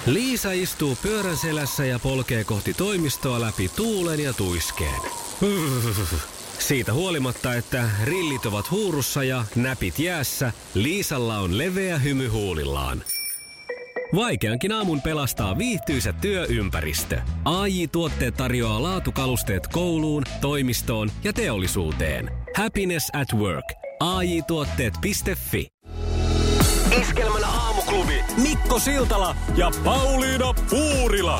Liisa istuu pyörän selässä ja polkee kohti toimistoa läpi tuulen ja tuiskeen. Siitä huolimatta, että rillit ovat huurussa ja näpit jäässä, Liisalla on leveä hymy huulillaan. Vaikeankin aamun pelastaa viihtyisä työympäristö. AJ-tuotteet tarjoaa laatukalusteet kouluun, toimistoon ja teollisuuteen. Happiness at work. AJ-tuotteet.fi. Iskelmän aamuklubi. Mikko Siltala ja Pauliina Puurila.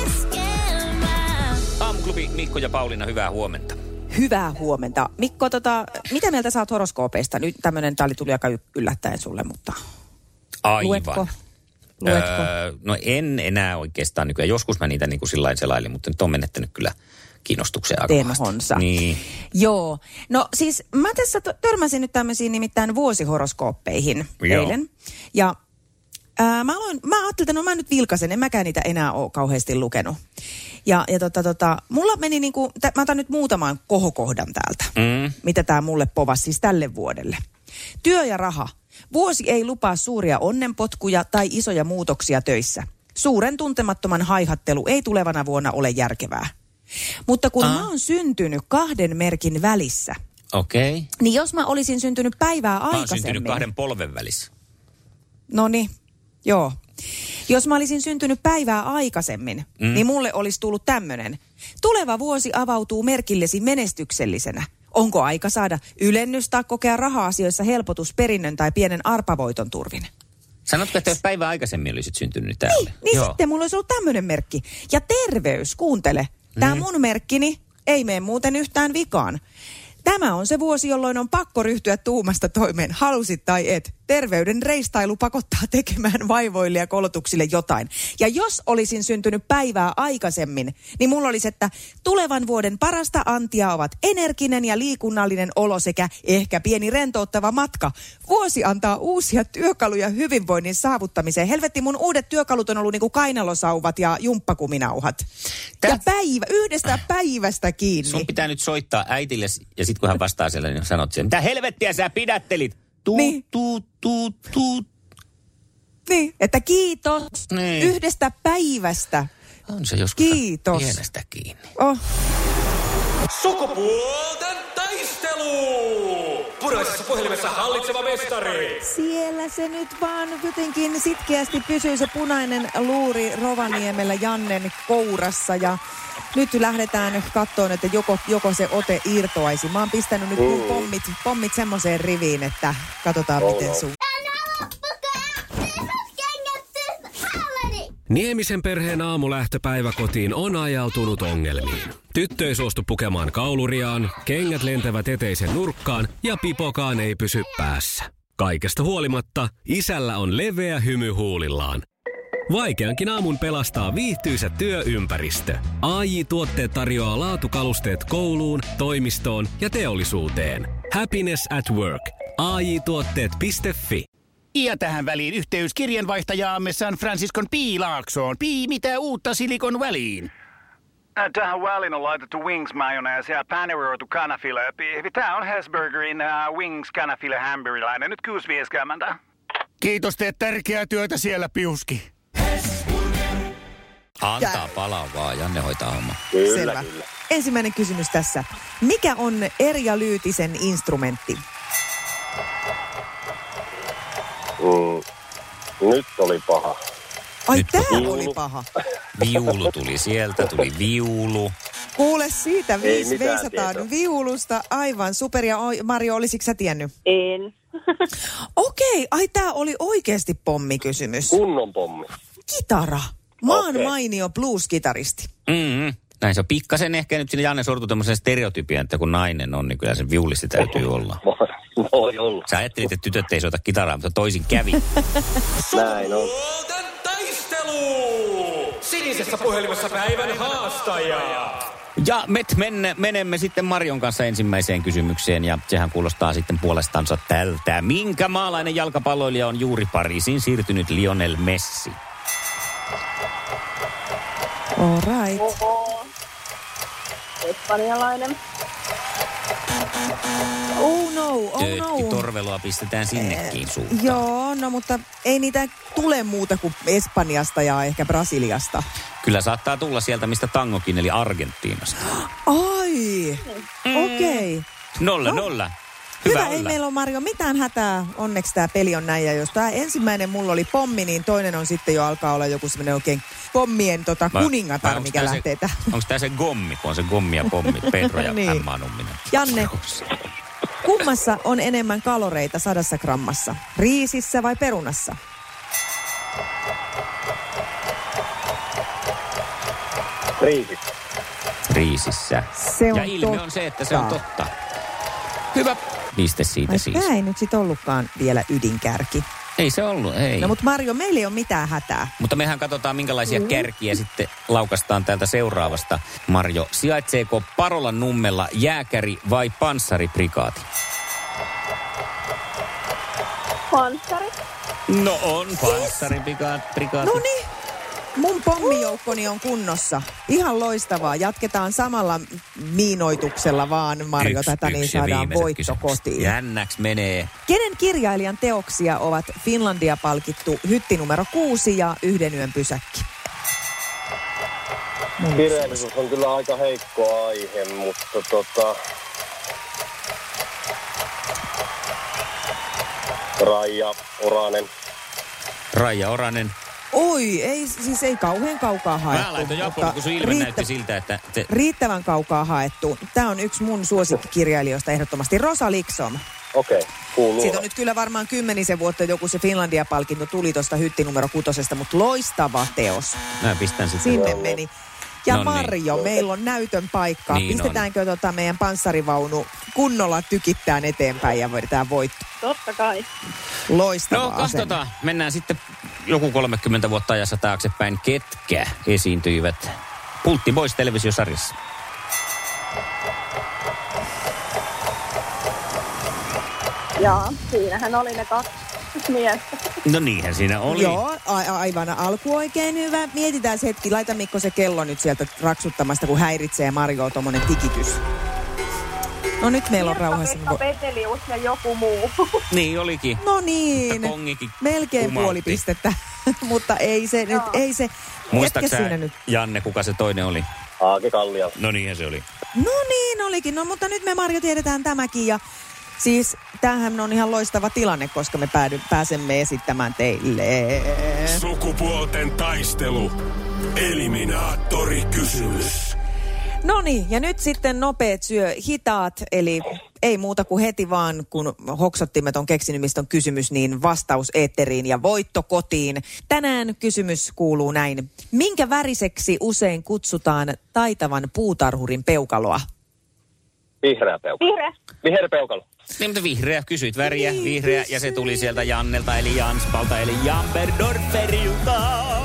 Aamuklubi Mikko ja Pauliina, hyvää huomenta. Hyvää huomenta. Mikko, mitä mieltä sä oot horoskoopeista? Nyt tämmönen, tää tuli aika yllättäen sulle, mutta Aivan. Luetko? No en enää oikeastaan nykyään. Joskus mä niitä niin kuin sillain selailin, mutta nyt on menettänyt kyllä kiinnostuksen aika Tenhonsa. Niin. Joo. No siis mä tässä törmäsin nyt tämmöisiin nimittäin vuosihoroskooppeihin eilen. Ja mä ajattelin, että no mä nyt vilkasen, en mäkään niitä enää ole kauheasti lukenut. Ja mulla meni niinku, mä otan nyt muutaman kohokohdan täältä, mitä tää mulle povasi siis tälle vuodelle. Työ ja raha. Vuosi ei lupaa suuria onnenpotkuja tai isoja muutoksia töissä. Suuren tuntemattoman haihattelu ei tulevana vuonna ole järkevää. Mutta kun mä oon syntynyt 2 merkin välissä, niin jos mä olisin syntynyt päivää aikaisemmin... Mä oon syntynyt 2 polven välissä. Noniin, joo. Jos mä olisin syntynyt päivää aikaisemmin, niin mulle olisi tullut tämmönen. Tuleva vuosi avautuu merkillesi menestyksellisenä. Onko aika saada ylennys tai kokea raha-asioissa helpotus perinnön tai pienen arpavoiton turvin? Sanotko, että jos päivää aikaisemmin olisit syntynyt täällä? Niin sitten mulla olisi ollut tämmöinen merkki. Ja terveys, kuuntele. Tämä mun merkkini ei mene muuten yhtään vikaan. Tämä on se vuosi, jolloin on pakko ryhtyä tuumasta toimeen, halusit tai et. Terveyden reistailu pakottaa tekemään vaivoille ja kolotuksille jotain. Ja jos olisin syntynyt päivää aikaisemmin, niin mulla olisi, että tulevan vuoden parasta antia ovat energinen ja liikunnallinen olo sekä ehkä pieni rentouttava matka. Vuosi antaa uusia työkaluja hyvinvoinnin saavuttamiseen. Helvetti, mun uudet työkalut on ollut niin kuin kainalosauvat ja jumppakuminauhat. Ja yhdestä päivästä kiinni. Sun pitää nyt soittaa äitille ja sit kun hän vastaa siellä, niin sanot sen, mitä helvettiä sä pidättelit? Tuut. Niin, että kiitos yhdestä päivästä. On se joskus pienestä kiinni. Sukupuolten taistelu! Puraisessa puhelimessa hallitseva mestari. Siellä se nyt vaan jotenkin sitkeästi pysyy se punainen luuri Rovaniemellä Jannen kourassa ja nyt lähdetään katsomaan, että joko se ote irtoaisi. Mä oon pistänyt nyt pommit semmoiseen riviin, että katsotaan miten sun... Niemisen perheen aamulähtöpäivä kotiin on ajautunut ongelmiin. Tyttö ei suostu pukemaan kauluriaan, kengät lentävät eteisen nurkkaan ja pipokaan ei pysy päässä. Kaikesta huolimatta isällä on leveä hymy huulillaan. Vaikeankin aamun pelastaa viihtyisä työympäristö. AJ-tuotteet tarjoaa laatukalusteet kouluun, toimistoon ja teollisuuteen. Happiness at work. AJ-tuotteet.fi. Ja tähän väliin yhteys kirjanvaihtajaamme San Franciscon Piilaaksoon. Mitä uutta Silikon väliin? Tähän väliin on laitettu wings mayonnaise ja paneroitu kanafila. Tämä on Hesburgerin wings kanafila hamburilainen. Nyt 6.50. Kiitos, teet tärkeää työtä siellä, Piuski. Antaa palaa vaan, Janne hoitaa homma. Selvä. Ensimmäinen kysymys tässä. Mikä on Erja Lyytisen instrumentti? Nyt oli paha. Ai, tää oli paha. Viulu tuli sieltä, tuli viulu. Kuule siitä, 500 viulusta. Aivan super. Ja Mario, olisitko sä tiennyt? En. Okei, ai tää oli oikeasti pommikysymys. Kunnon pommi. Kitara. Maan mainio blues-kitaristi. Näin se on pikkasen ehkä nyt sinne Janne sortuu tämmöisen stereotypian, että kun nainen on, niin kyllä sen viulisti täytyy olla. Voi olla. Sä ajattelit, että tytöt ei soita kitaraa, mutta toisin kävi. Näin on. Sukupuolten taistelu! Sinisessä puhelimessa päivän haastaja. Ja me menemme sitten Marion kanssa ensimmäiseen kysymykseen, ja sehän kuulostaa sitten puolestansa tältä. Minkä maalainen jalkapalloilija on juuri Pariisiin siirtynyt Lionel Messi? All right. Oho. Espanjalainen. Oh no, oh no. Torvelua pistetään sinnekin suuntaan. Joo, no mutta ei niitä tule muuta kuin Espanjasta ja ehkä Brasiliasta. Kyllä saattaa tulla sieltä, mistä tangokin, eli Argentiinasta. Ai, okei. 0-0. Hyvä, ei meillä ole Mario mitään hätää. Onneksi tämä peli on näin. Ja jos tämä ensimmäinen mulla oli pommi, niin toinen on sitten jo alkaa olla joku semmoinen oikein pommien kuningatar, mikä lähtee tähän. Onko tämä se gommi, kun on se gommi ja pommi, Pedro ja niin. Emma Numminen? Janne, kummassa on enemmän kaloreita 100 grammassa? Riisissä vai perunassa? Riisissä. Se on ja ilme on se, että se on totta. Hyvä piste siitä siis. Tämä ei nyt sit ollutkaan vielä ydinkärki. Ei se ollut, ei. No mutta Mario, meillä ei ole mitään hätää. Mutta mehän katsotaan, minkälaisia kärkiä sitten laukastaan täältä seuraavasta. Marjo, sijaitseeko Parolan Nummella jääkäri vai panssariprikaati? Panssari. No on, panssariprikaati. No niin. Mun pommijoukkoni on kunnossa. Ihan loistavaa. Jatketaan samalla miinoituksella vaan, Marjo, tätä niin saadaan voitto kotiin. Jännäksi menee. Kenen kirjailijan teoksia ovat Finlandia-palkittu Hytti numero 6 ja Yhden yön pysäkki? Kirjallisuus on kyllä aika heikko aihe, mutta Raija Oranen. Oi, ei kauhean kaukaa haettu. Mä laitoin Jakolle, kun sun ilme näytti siltä, että... Riittävän kaukaa haettu. Tämä on yksi mun suosikkikirjailijoista ehdottomasti, Rosa Liksom. Okei, kuuluu. Siitä on nyt kyllä varmaan 10 vuotta joku se Finlandia-palkinto tuli tuosta Hytti numero 6, mutta loistava teos. Mä pistän sitten. Sinne meni. Ja no Marjo, niin. Meillä on näytön paikka. Niin pistetäänkö meidän panssarivaunu kunnolla tykittään eteenpäin ja voidaan voittaa? Totta kai. Loistavaa. No katsotaan. Mennään sitten joku 30 vuotta ajassa taaksepäin. Ketkä esiintyivät Pultti Boys -televisiosarjassa? Jaa, siinähän oli ne 2 miestä. No niinhän siinä oli. Joo, aivan alku oikein hyvä. Mietitään se hetki. Laita Mikko se kello nyt sieltä raksuttamasta, kun häiritsee Marjoa tommonen tikitys. No nyt meillä on rauhassa. Pekka Petelius ja joku muu. Niin olikin. No niin. Melkein kumautti. Puoli pistettä. Mutta ei se nyt, ei se. Muistaaksä Janne, kuka se toinen oli? Aake Kallio. No niinhän se oli. No niin olikin. No mutta nyt me Marjo tiedetään tämäkin ja siis tämähän on ihan loistava tilanne, koska me pääsemme esittämään teille Sukupuolten taistelu. Eliminaattori-kysymys. Noniin, ja nyt sitten nopeat syö hitaat, eli ei muuta kuin heti vaan, kun hoksottimme ton keksinymiston kysymys, niin vastaus eetteriin ja voitto kotiin. Tänään kysymys kuuluu näin. Minkä väriseksi usein kutsutaan taitavan puutarhurin peukaloa? Vihreä peukalo. Vihreä peukalo. Niin, mutta vihreä. Kysyit väriä, niin, vihreä, ja se tuli sieltä Jannelta, eli Janspalta, eli Jamberdorferilta.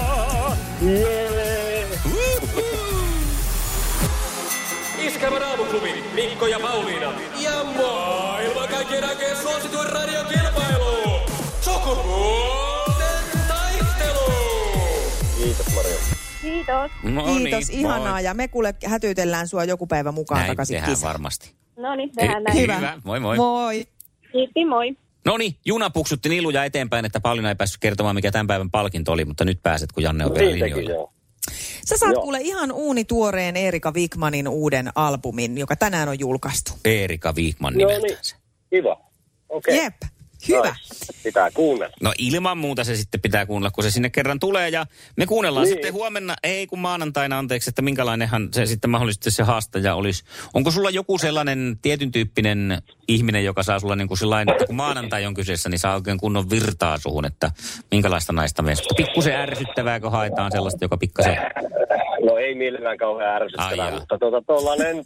Iskävän aamuklubi, Mikko ja Pauliina. Ja maailman kaikkien aikeen suosituen radiokilpailu. Sukupuolten taistelu. Kiitos Mario. Kiitos. No Kiitos, niin, ihanaa. moi. Ja me kuule hätyytellään sua joku päivä mukaan näin takaisin tehdään kisaan. varmasti. No niin, tehdään näin. Hyvä. Moi moi. Moi. Kiitti, moi. No niin, juna puksutti niluja eteenpäin, että Pauliina ei päässyt kertomaan, mikä tämän päivän palkinto oli, mutta nyt pääset, kun Janne on vielä linjoilla. Sä saat kuule ihan uunituoreen Eerika Wikmanin uuden albumin, joka tänään on julkaistu. Eerika Wikman nimeltään se. Kiva. Okei. Jep, hyvä. Pitää kuunnella. No ilman muuta se sitten pitää kuunnella, kun se sinne kerran tulee. Ja me kuunnellaan sitten huomenna, ei kun maanantaina, anteeksi, että minkälainenhan se sitten mahdollisesti se haastaja olisi. Onko sulla joku sellainen tietyn tyyppinen ihminen, joka saa sulla niin kuin sellainen, että kun maanantai on kyseessä, niin saa oikein kunnon virtaa suhun, että minkälaista naista meistä? Pikkusen ärsyttävääkö haetaan sellaista, joka pikkasen... No ei millään kauhean ärsyttävää, mutta tuollainen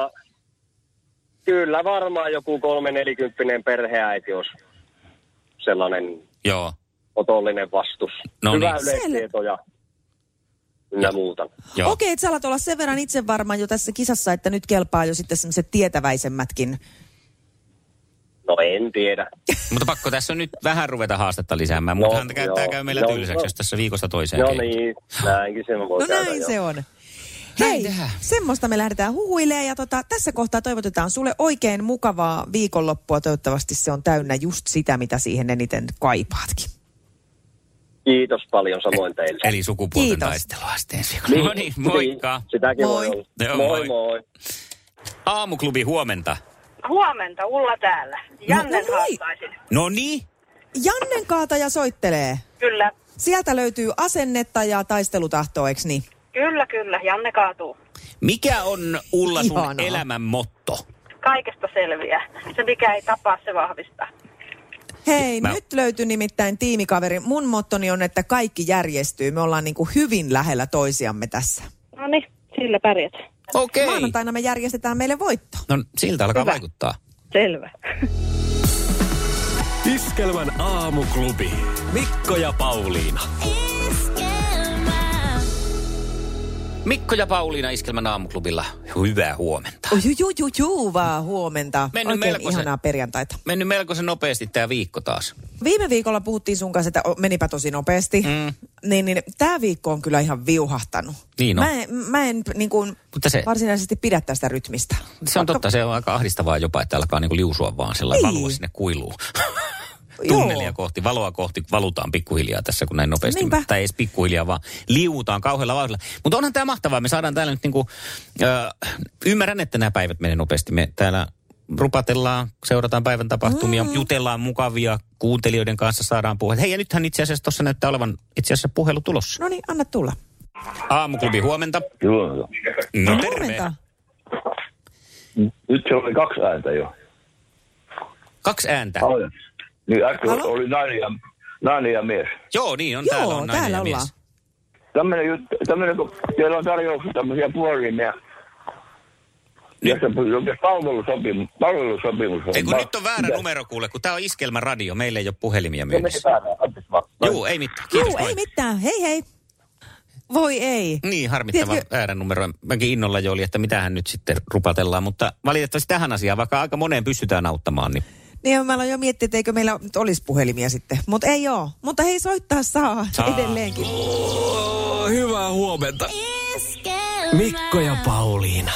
kyllä varmaan joku 3-40 perheäiti olisi sellainen otollinen vastus. No hyvä niin. yleistieto ja ynnä muuta. Okei, että sä alat olla sen verran itse varmaan jo tässä kisassa, että nyt kelpaa jo sitten sellaiset tietäväisemmätkin. No en tiedä. Mutta pakko tässä on nyt vähän ruveta haastetta lisäämään. Muutenhan tämä käy meillä tylsäksi, jos tässä viikosta toiseen. No niin, näinkin se voi käydä. No näin se on. Hei, semmoista me lähdetään huhuilemaan ja tässä kohtaa toivotetaan sulle oikein mukavaa viikonloppua. Toivottavasti se on täynnä just sitä, mitä siihen eniten kaipaatkin. Kiitos paljon, samoin teille. Eli sukupuolten taistelua sitten ensi viikolla. No niin, moikka. Sitäkin moi. voi olla. Joo, Moi. Aamuklubi, huomenta. Huomenta, Ulla täällä. Jannen haastaisin. No niin. Jannen kaataja soittelee. Kyllä, Sieltä löytyy asennetta ja taistelutahtoa, eikö niin? kyllä. Janne kaatuu. Mikä on Ulla sun Ihanaa. elämän motto? Kaikesta selviää. Se mikä ei tapaa, se vahvistaa. Hei, nyt löytyi nimittäin tiimikaveri. Mun mottoni on, että kaikki järjestyy. Me ollaan niin kuin hyvin lähellä toisiamme tässä. No niin, sillä pärjät. Okei. Maanantaina me järjestetään meille voitto. No siltä alkaa Hyvä. vaikuttaa. Selvä. Iskelmän aamuklubi. Mikko ja Pauliina. Mikko ja Pauliina Iskelmän aamuklubilla. Hyvää huomenta. Vaan huomenta. Oikein ihanaa perjantaita. Mennyt melkoisen nopeasti tää viikko taas. Viime viikolla puhuttiin sun kanssa, että menipä tosi nopeasti. Niin tää viikko on kyllä ihan viuhahtanut. Niin on. Mä en niin kuin varsinaisesti pidä tästä rytmistä. Se on totta, se on aika ahdistavaa jopa, että alkaa niinku liusua vaan sellainen valua sinne kuiluun. Tunnelia kohti, valoa kohti, valutaan pikkuhiljaa tässä, kun näin nopeasti. Niinpä. Tai ei edes pikkuhiljaa, vaan liuutaan kauhealla vauhdilla. Mutta onhan tämä mahtavaa, me saadaan täällä nyt niinku, ymmärrän, että nämä päivät menee nopeasti. Me täällä rupatellaan, seurataan päivän tapahtumia, jutellaan mukavia, kuuntelijoiden kanssa saadaan puhua. Hei, ja nythän itse asiassa tuossa näyttää olevan itse asiassa puhelu tulossa. No niin, anna tulla. Aamuklubi, huomenta. Joo. No terve. Huomenta. Nyt se oli 2 ääntä jo. 2 ääntä. Niin äsken oli nainen ja mies. Joo, niin on. Joo, täällä on nainen täällä ja ollaan. mies. Tämmöinen, kun teillä on tarjouksia tämmöisiä puhelimia. Ja se palvelusopimus. Ei kun nyt on väärä numero kuule, kun tää on Iskelmän radio. Meillä ei ole puhelimia myynnissä. Joo, ei mitään. Kiitos. Joo, ei mitään. Hei. Voi ei. Niin, harmittava väärä numero. Mäkin innolla jo oli, että mitähän nyt sitten rupatellaan. Mutta valitettavasti tähän asiaan, vaikka aika moneen pystytään auttamaan, niin... Niin, mä aloin jo miettiä, että eikö meillä nyt olisi puhelimia sitten. Mutta ei oo. Mutta hei, soittaa saa edelleenkin. Hyvää huomenta. Mikko ja Pauliina.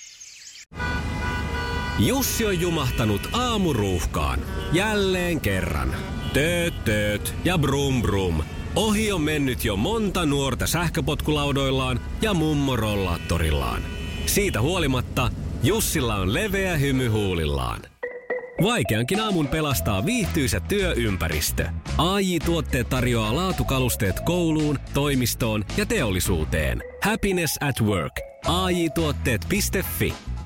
Jussi on jumahtanut aamuruuhkaan. Jälleen kerran. Tööt ja brum brum. Ohi on mennyt jo monta nuorta sähköpotkulaudoillaan ja mummorollaattorillaan. Siitä huolimatta Jussilla on leveä hymy huulillaan. Vaikeankin aamun pelastaa viihtyisä työympäristö. AJ-tuotteet tarjoaa laatukalusteet kouluun, toimistoon ja teollisuuteen. Happiness at work. AJ-tuotteet.fi